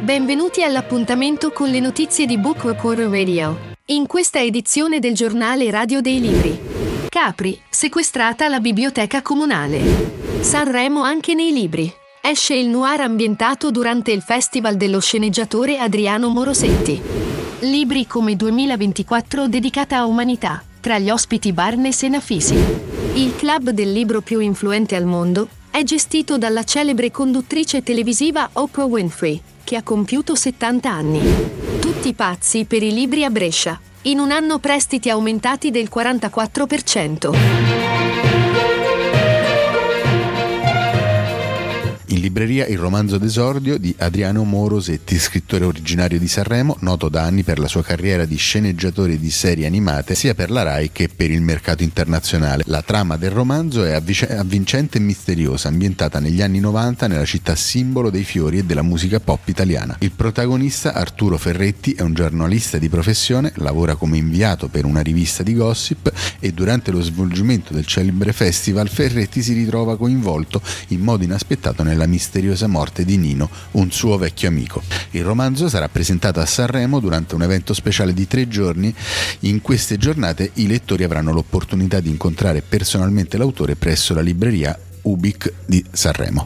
Benvenuti all'appuntamento con le notizie di Book Reporter Radio. In questa edizione del giornale radio dei libri. Capri, sequestrata la biblioteca comunale. Sanremo anche nei libri. Esce il noir ambientato durante il festival dello sceneggiatore Adriano Morosetti. Libri come 2024 dedicata a umanità, tra gli ospiti Barnes e Nafisi. Il club del libro più influente al mondo è gestito dalla celebre conduttrice televisiva Oprah Winfrey, che ha compiuto 70 anni. Tutti pazzi per i libri a Brescia. In un anno prestiti aumentati del 44%. In libreria il romanzo d'esordio di Adriano Morosetti, scrittore originario di Sanremo, noto da anni per la sua carriera di sceneggiatore di serie animate sia per la Rai che per il mercato internazionale. La trama del romanzo è avvincente e misteriosa, ambientata negli anni 90 nella città simbolo dei fiori e della musica pop italiana. Il protagonista, Arturo Ferretti, è un giornalista di professione, lavora come inviato per una rivista di gossip e durante lo svolgimento del celebre festival Ferretti si ritrova coinvolto in modo inaspettato nella misteriosa morte di Nino, un suo vecchio amico. Il romanzo sarà presentato a Sanremo durante un evento speciale di 3 giorni. In queste giornate i lettori avranno l'opportunità di incontrare personalmente l'autore presso la libreria Ubic di Sanremo.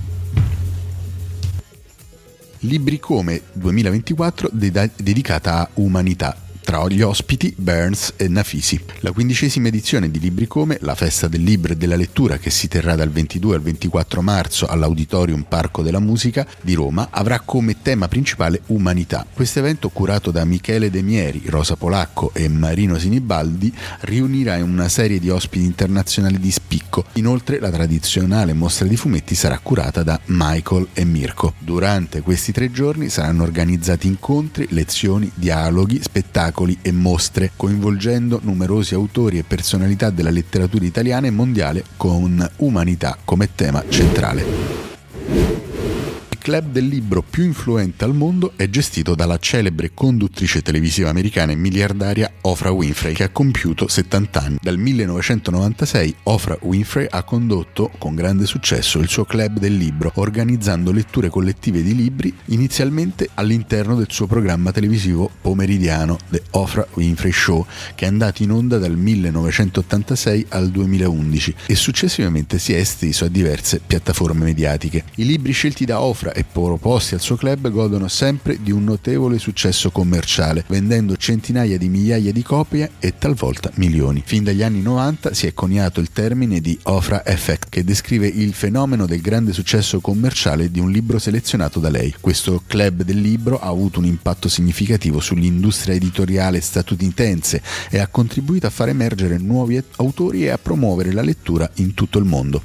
Libri come 2024 dedicata a umanità. Tra gli ospiti Burns e Nafisi. La 15ª edizione di Libri Come, la festa del libro e della lettura che si terrà dal 22 al 24 marzo all'Auditorium Parco della Musica di Roma, avrà come tema principale umanità. Questo evento, curato da Michele De Mieri, Rosa Polacco e Marino Sinibaldi, riunirà una serie di ospiti internazionali di spicco. Inoltre la tradizionale mostra di fumetti sarà curata da Michael e Mirko. Durante questi 3 giorni saranno organizzati incontri, lezioni, dialoghi, spettacoli e mostre, coinvolgendo numerosi autori e personalità della letteratura italiana e mondiale, con umanità come tema centrale. Il club del libro più influente al mondo è gestito dalla celebre conduttrice televisiva americana e miliardaria Oprah Winfrey, che ha compiuto 70 anni. Dal 1996 Oprah Winfrey ha condotto con grande successo il suo club del libro, organizzando letture collettive di libri, inizialmente all'interno del suo programma televisivo pomeridiano The Oprah Winfrey Show, che è andato in onda dal 1986 al 2011 e successivamente si è esteso a diverse piattaforme mediatiche. I libri scelti da Oprah e proposti al suo club godono sempre di un notevole successo commerciale, vendendo centinaia di migliaia di copie e talvolta milioni. Fin dagli anni 90 si è coniato il termine di Oprah Effect, che descrive il fenomeno del grande successo commerciale di un libro selezionato da lei. Questo club del libro ha avuto un impatto significativo sull'industria editoriale statunitense e ha contribuito a far emergere nuovi autori e a promuovere la lettura in tutto il mondo.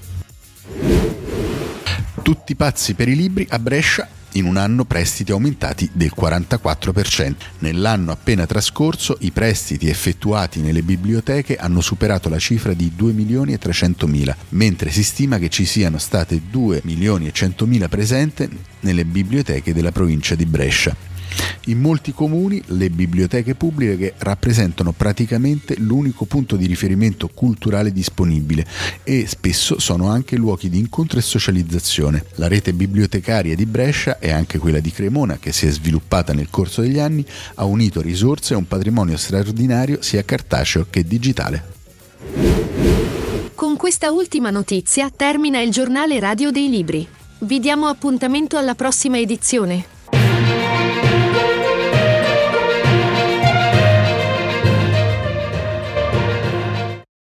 Tutti pazzi per i libri a Brescia. In un anno prestiti aumentati del 44%. Nell'anno appena trascorso i prestiti effettuati nelle biblioteche hanno superato la cifra di 2.300.000, mentre si stima che ci siano state 2.100.000 presenti nelle biblioteche della provincia di Brescia. In molti comuni le biblioteche pubbliche rappresentano praticamente l'unico punto di riferimento culturale disponibile e spesso sono anche luoghi di incontro e socializzazione. La rete bibliotecaria di Brescia e anche quella di Cremona, che si è sviluppata nel corso degli anni, ha unito risorse e un patrimonio straordinario sia cartaceo che digitale. Con questa ultima notizia termina il giornale radio dei libri. Vi diamo appuntamento alla prossima edizione.